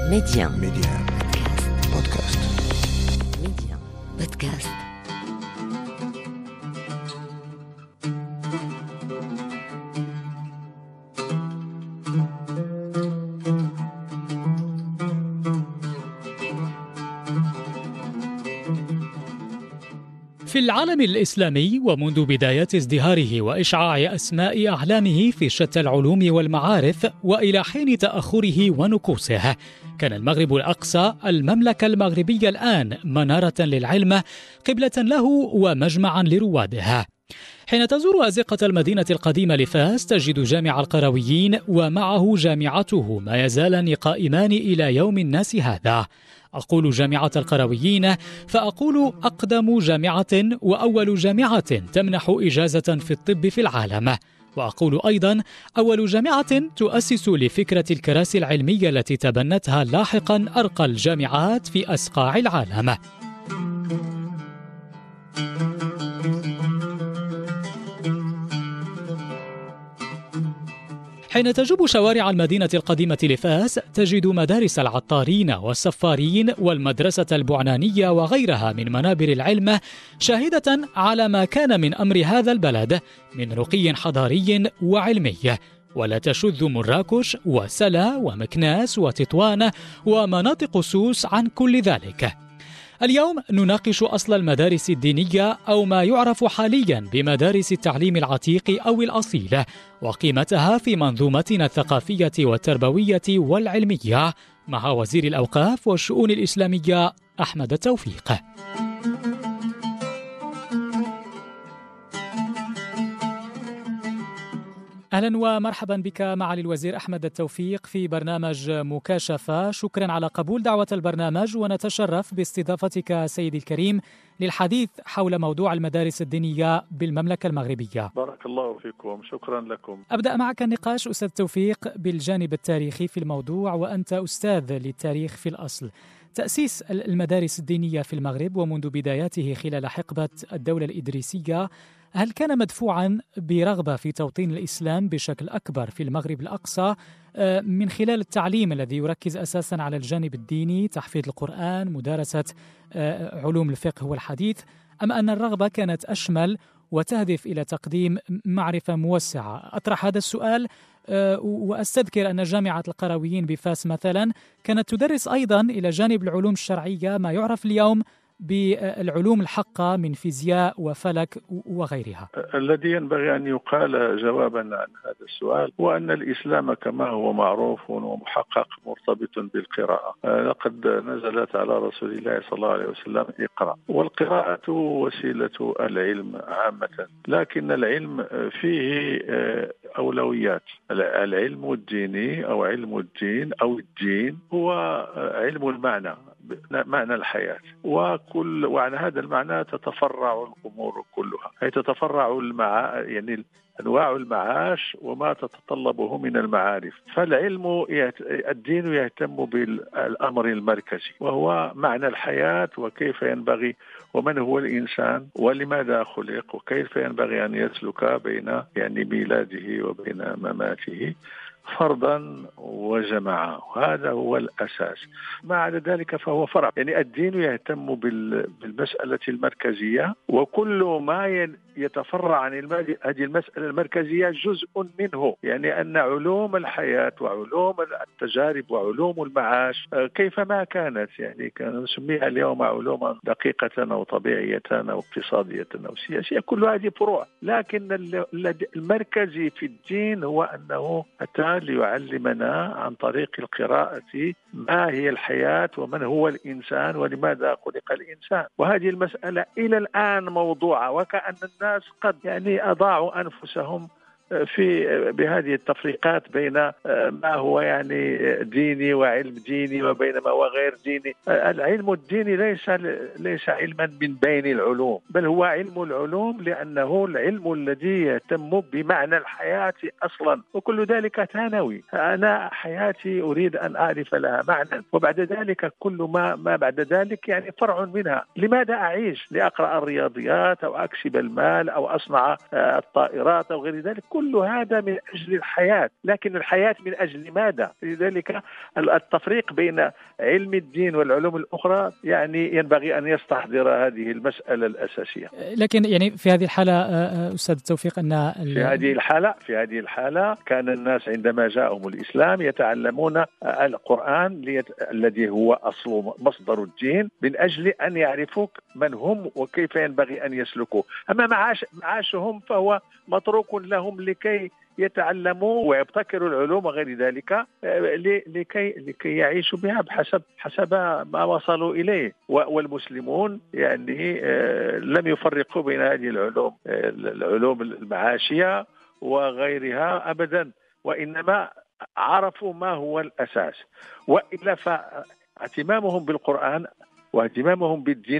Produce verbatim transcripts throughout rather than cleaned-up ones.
ميديان ميديان بودكاست. ميديان بودكاست. في العالم الإسلامي ومنذ بدايات ازدهاره وإشعاع أسماء أعلامه في شتى العلوم والمعارف وإلى حين تأخره ونكوصه، كان المغرب الأقصى المملكة المغربية الآن منارة للعلم، قبلة له ومجمعا لروادها. حين تزور أزقة المدينة القديمة لفاس تجد جامع القرويين ومعه جامعته ما يزالان قائمان إلى يوم الناس هذا. أقول جامعة القرويين فأقول أقدم جامعة وأول جامعة تمنح إجازة في الطب في العالم، وأقول أيضا أول جامعة تؤسس لفكرة الكراسي العلمية التي تبنتها لاحقا أرقى الجامعات في أصقاع العالم. حين تجوب شوارع المدينة القديمة لفاس تجد مدارس العطارين والسفارين والمدرسة البعنانية وغيرها من منابر العلم، شاهدة على ما كان من أمر هذا البلد من رقي حضاري وعلمي. ولا تشذ مراكش وسلا ومكناس وتطوان ومناطق سوس عن كل ذلك. اليوم نناقش أصل المدارس الدينية أو ما يعرف حاليا بمدارس التعليم العتيق أو الأصيل، وقيمتها في منظومتنا الثقافية والتربوية والعلمية، مع وزير الأوقاف والشؤون الإسلامية أحمد التوفيق. أهلا ومرحبا بك معالي الوزير أحمد التوفيق في برنامج مكاشفة. شكرا على قبول دعوة البرنامج، ونتشرف باستضافتك سيدي الكريم للحديث حول موضوع المدارس الدينية بالمملكة المغربية. بارك الله فيكم، شكرا لكم. أبدأ معك النقاش أستاذ توفيق بالجانب التاريخي في الموضوع، وأنت أستاذ للتاريخ في الأصل. تأسيس المدارس الدينية في المغرب ومنذ بداياته خلال حقبة الدولة الإدريسية، هل كان مدفوعا برغبة في توطين الإسلام بشكل أكبر في المغرب الأقصى من خلال التعليم الذي يركز أساسا على الجانب الديني، تحفيظ القرآن، مدارسة علوم الفقه والحديث، أم أن الرغبة كانت أشمل وتهدف إلى تقديم معرفة موسعة؟ أطرح هذا السؤال وأستذكر أن جامعة القرويين بفاس مثلا كانت تدرس أيضا إلى جانب العلوم الشرعية ما يعرف اليوم بالعلوم الحقة من فيزياء وفلك وغيرها. الذي ينبغي أن يقال جوابا عن هذا السؤال هو أن الإسلام كما هو معروف ومحقق مرتبط بالقراءة. لقد نزلت على رسول الله صلى الله عليه وسلم اقرأ، والقراءة وسيلة العلم عامة، لكن العلم فيه أولويات. العلم الديني أو علم الدين أو الدين هو علم المعنى، معنى الحياة، وكل وعن هذا المعنى تتفرع الأمور كلها، أي تتفرع المع... يعني أنواع المعاش وما تتطلبه من المعارف. فالعلم يهت... الدين يهتم بالأمر المركزي وهو معنى الحياة، وكيف ينبغي ومن هو الإنسان ولماذا خلق وكيف ينبغي أن يسلك بين يعني ميلاده وبين مماته فرضا وجماعة. وهذا هو الأساس. ما عدا ذلك فهو فرع. يعني الدين يهتم بالمسألة المركزية، وكل ما يتفرع عن هذه المسألة المركزية جزء منه. يعني أن علوم الحياة وعلوم التجارب وعلوم المعاش كيفما كانت، يعني كان نسميها اليوم علوما دقيقة أو طبيعية أو اقتصادية أو سياسية، كل هذه فروع. لكن المركزي في الدين هو أنه أتى ليعلمنا عن طريق القراءة ما هي الحياة ومن هو الإنسان ولماذا خلق الإنسان. وهذه المسألة إلى الآن موضوعة، وكأن الناس قد يعني أضاعوا أنفسهم في بهذه التفريقات بين ما هو يعني ديني وعلم ديني وبين ما هو غير ديني. العلم الديني ليس ليس علما من بين العلوم، بل هو علم العلوم، لأنه العلم الذي يهتم بمعنى الحياة أصلا، وكل ذلك ثانوي. أنا حياتي أريد أن أعرف لها معنى، وبعد ذلك كل ما ما بعد ذلك يعني فرع منها. لماذا أعيش؟ لأقرأ الرياضيات أو أكسب المال أو أصنع الطائرات أو غير ذلك؟ كل كل هذا من أجل الحياة، لكن الحياة من أجل ماذا؟ لذلك التفريق بين علم الدين والعلوم الأخرى يعني ينبغي أن يستحضر هذه المسألة الأساسية. لكن يعني في هذه الحالة أستاذ توفيق أن في هذه الحالة في هذه الحالة كان الناس عندما جاءهم الإسلام يتعلمون القرآن ليت... الذي هو أصل مصدر الدين من أجل أن يعرفوا من هم وكيف ينبغي أن يسلكوا. أما معاش معاشهم فهو متروك لهم لكي يتعلموا ويبتكروا العلوم وغير ذلك لكي لكي يعيشوا بها بحسب حسب ما وصلوا إليه. والمسلمون يعني لم يفرقوا بين هذه العلوم العلوم المعاشية وغيرها أبدا، وإنما عرفوا ما هو الأساس. وإلا فاهتمامهم بالقرآن واهتمامهم بالدين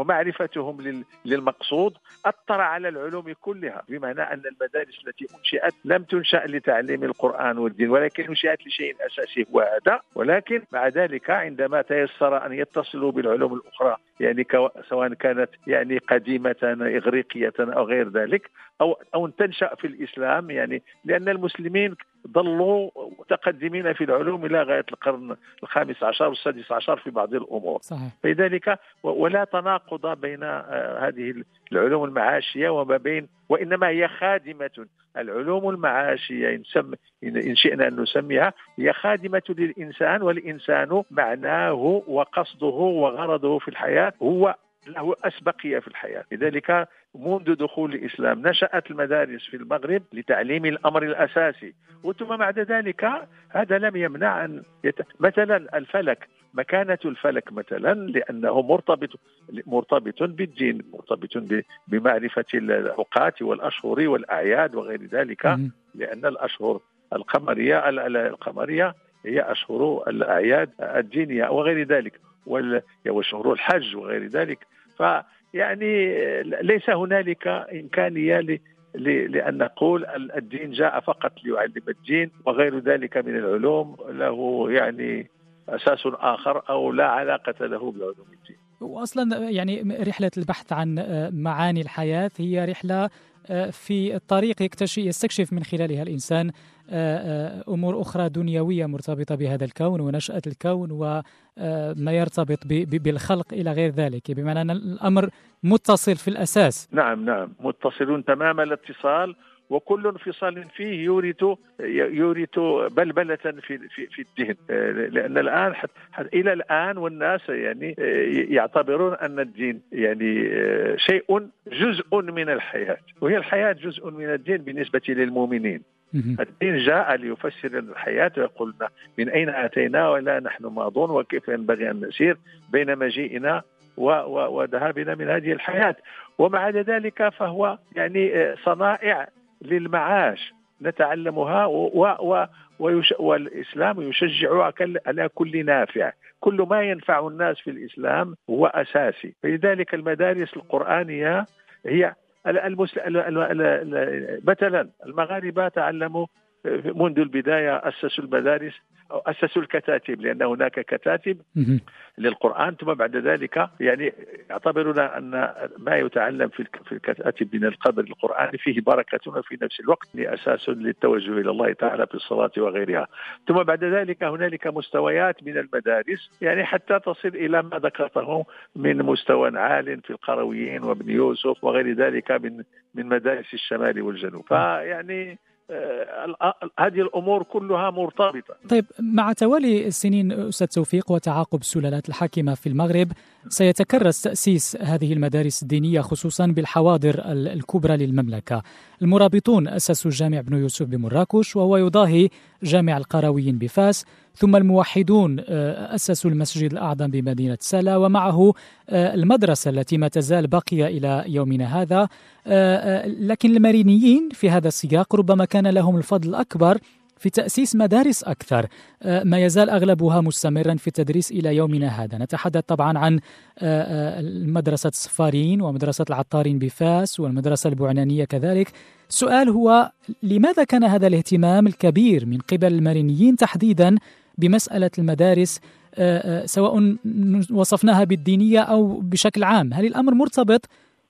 ومعرفتهم للمقصود أثر على العلوم كلها، بمعنى أن المدارس التي أنشئت لم تنشأ لتعليم القرآن والدين، ولكن أنشئت لشيء أساسي هو هذا. ولكن مع ذلك عندما تيسر أن يتصلوا بالعلوم الأخرى يعني سواء كانت يعني قديمة إغريقية أو غير ذلك أو أو تنشأ في الإسلام، يعني لأن المسلمين ظلوا متقدمين في العلوم إلى غاية القرن الخامس عشر والسادس عشر في بعض الأمور. صحيح. فلذلك ولا تناقض بين هذه العلوم المعاشية وما بين، وإنما هي خادمة. العلوم المعاشية إن شئنا أن نسميها هي خادمة للإنسان، والإنسان معناه وقصده وغرضه في الحياة هو له أسبقية في الحياة. لذلك منذ دخول الإسلام نشأت المدارس في المغرب لتعليم الأمر الأساسي، وثم بعد ذلك هذا لم يمنع أن يت... مثلا الفلك، مكانة الفلك مثلا لأنه مرتبط مرتبط بالدين، مرتبط ب... بمعرفة الأوقات والأشهر والأعياد وغير ذلك، لأن الأشهر القمرية القمرية هي أشهر الأعياد الدينية وغير ذلك، وشهور الحج وغير ذلك. فيعني ليس هنالك إمكانية ل... لأن نقول الدين جاء فقط ليعلم الدين وغير ذلك من العلوم له يعني أساس آخر أو لا علاقة له بعلوم الدين. وأصلا يعني رحلة البحث عن معاني الحياة هي رحلة في الطريق يكتشف يستكشف من خلالها الإنسان أمور أخرى دنيوية مرتبطة بهذا الكون ونشأة الكون وما يرتبط بالخلق إلى غير ذلك، بمعنى أن الأمر متصل في الأساس. نعم نعم متصل تمام الاتصال، وكل انفصال فيه يورث يورث بلبلة في في في الذهن، لأن الآن إلى الآن والناس يعني يعتبرون أن الدين يعني شيء جزء من الحياة، وهي الحياة جزء من الدين بالنسبة للمؤمنين. الدين جاء ليفسر الحياة ويقول من أين أتينا ولا نحن ماضون وكيف ينبغي أن نسير بين مجيئنا وذهابنا من هذه الحياة. ومع ذلك فهو يعني صنائع للمعاش نتعلمها، و و ويش والإسلام يشجع على كل نافع، كل ما ينفع الناس في الإسلام هو أساسي. فلذلك المدارس القرآنية هي مثلا المغاربة تعلموا منذ البداية، أسسوا المدارس أو أسسوا الكتاتب، لأن هناك كتاتب للقرآن، ثم بعد ذلك يعني يعتبرون أن ما يتعلم في الكتاتب من القدر القرآني فيه بركة وفي نفس الوقت أساس للتوجه إلى الله تعالى في الصلاة وغيرها. ثم بعد ذلك هنالك مستويات من المدارس يعني حتى تصل إلى ما ذكرته من مستوى عال في القرويين وابن يوسف وغير ذلك من من مدارس الشمال والجنوب. فيعني هذه الأمور كلها مرتبطة. طيب، مع توالي السنين أستاذ توفيق وتعاقب السلالات الحاكمة في المغرب سيتكرس تأسيس هذه المدارس الدينية خصوصا بالحواضر الكبرى للمملكة. المرابطون أسسوا جامع ابن يوسف بمراكش وهو يضاهي جامع القرويين بفاس، ثم الموحدون أسسوا المسجد الأعظم بمدينة سلا، ومعه المدرسة التي ما تزال باقية إلى يومنا هذا. لكن المارينيين في هذا السياق ربما كان لهم الفضل الأكبر في تأسيس مدارس أكثر، ما يزال أغلبها مستمرا في التدريس إلى يومنا هذا. نتحدث طبعا عن مدرسة الصفارين ومدرسة العطارين بفاس والمدرسة البعنانية كذلك. السؤال هو لماذا كان هذا الاهتمام الكبير من قبل المارينيين تحديدا بمسألة المدارس، سواء وصفناها بالدينية أو بشكل عام؟ هل الأمر مرتبط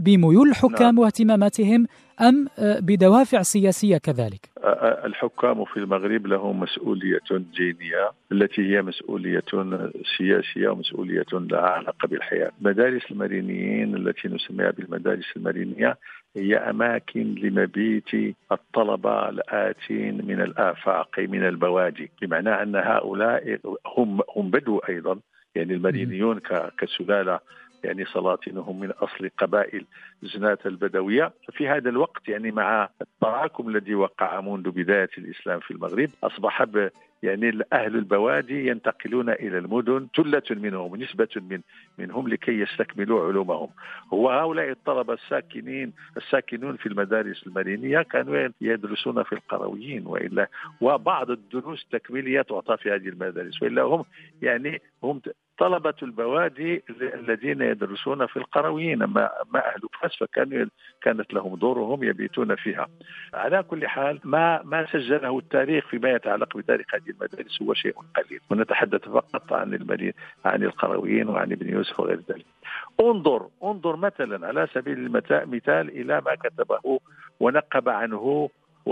بميول الحكام واهتماماتهم أم بدوافع سياسية كذلك؟ الحكام في المغرب لهم مسؤولية دينية التي هي مسؤولية سياسية ومسؤولية لها علاقة بالحياة. مدارس المرينيين التي نسميها بالمدارس المرينية هي أماكن لمبيت الطلبة الآتين من الآفاق من البوادي، بمعنى أن هؤلاء هم هم بدو أيضا، يعني المرينيون كسلالة يعني سلاطينهم من أصل قبائل زنات البدوية. في هذا الوقت يعني مع التراكم الذي وقع منذ بداية الإسلام في المغرب أصبح ب يعني أهل البوادي ينتقلون إلى المدن، ثلة منهم نسبة من منهم لكي يستكملوا علومهم. وهؤلاء الطلبة الساكنين الساكنون في المدارس المرينية كانوا يدرسون في القرويين، وإلا وبعض الدروس التكميلية تعطى في هذه المدارس، وإلا هم يعني هم طلبة البوادي الذين يدرسون في القرويين. أما أهل فاس فكانوا كانت لهم دورهم يبيتون فيها. على كل حال ما ما سجله التاريخ فيما يتعلق بتاريخ هذه المدارس هو شيء قليل، ونتحدث فقط عن المدينة عن القرويين وعن ابن يوسف وغير ذلك. انظر انظر مثلا على سبيل المثال إلى ما كتبه ونقب عنه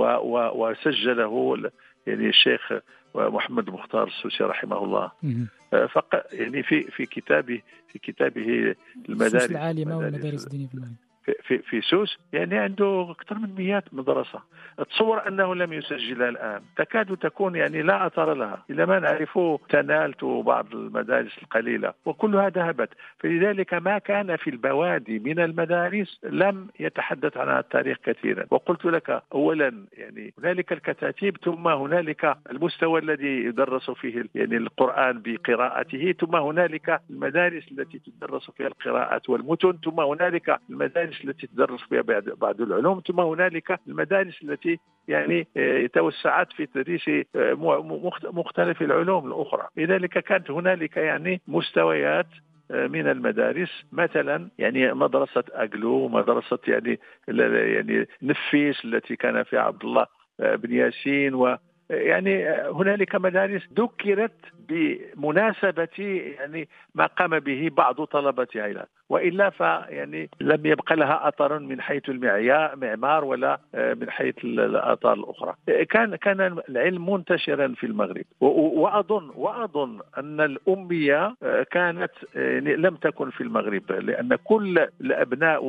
وسجله يعني الشيخ محمد مختار السوسي رحمه الله. فق يعني في في كتابه في كتابه المدارس العالية والمدارس الدينية في المغرب في في سوس، يعني عنده أكثر من مئات مدرسة. تصور أنه لم يسجلها الآن، تكاد تكون يعني لا أثر لها، إلا ما نعرفه تنالت بعض المدارس القليلة وكلها ذهبت. فلذلك ما كان في البوادي من المدارس لم يتحدث عنها التاريخ كثيرا. وقلت لك أولا يعني هنالك الكتاتيب، ثم هنالك المستوى الذي يدرس فيه يعني القرآن بقراءته، ثم هنالك المدارس التي تدرس فيها القراءات والمتن، ثم هنالك المدارس التي تدرس فيها بعض العلوم، ثم هنالك المدارس التي يعني توسعت في تدريس مختلف العلوم الأخرى. لذلك كانت هنالك يعني مستويات من المدارس، مثلا يعني مدرسة أقلو، مدرسة يعني يعني نفيس التي كان فيها عبد الله بن ياسين، و يعني هنالك مدارس ذكرت بمناسبة يعني ما قام به بعض طلبة عيلات، وإلا فيعني لم يبقى لها أثر من حيث المعمار ولا من حيث الآثار الأخرى. كان كان العلم منتشرا في المغرب، وأظن وأظن أن الأمية كانت يعني لم تكن في المغرب، لأن كل الأبناء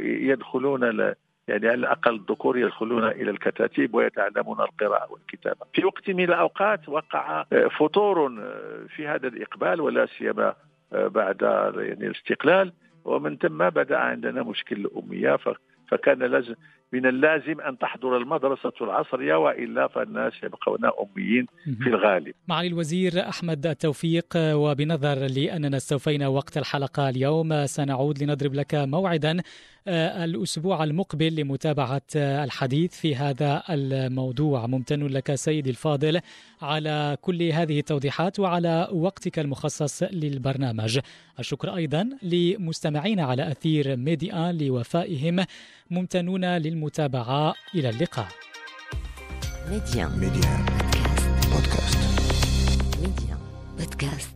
يدخلون يعني على الأقل الذكور يدخلون إلى الكتاتيب ويتعلمون القراءة والكتابة. في وقت من الأوقات وقع فتور في هذا الإقبال، ولا سيما بعد يعني الاستقلال، ومن ثم بدأ عندنا مشكل الأمية. فكان لازم من اللازم أن تحضر المدرسة العصرية، وإلا فالناس يبقون أميين في الغالب. معالي الوزير أحمد التوفيق، وبنظر لأننا استوفينا وقت الحلقة اليوم سنعود لنضرب لك موعدا الأسبوع المقبل لمتابعة الحديث في هذا الموضوع. ممتن لك سيدي الفاضل على كل هذه التوضيحات وعلى وقتك المخصص للبرنامج. الشكر أيضا لمستمعين على أثير ميديا لوفائهم. ممتنون للمتابعة. إلى اللقاء. ميديا ميديا بودكاست. ميديا بودكاست.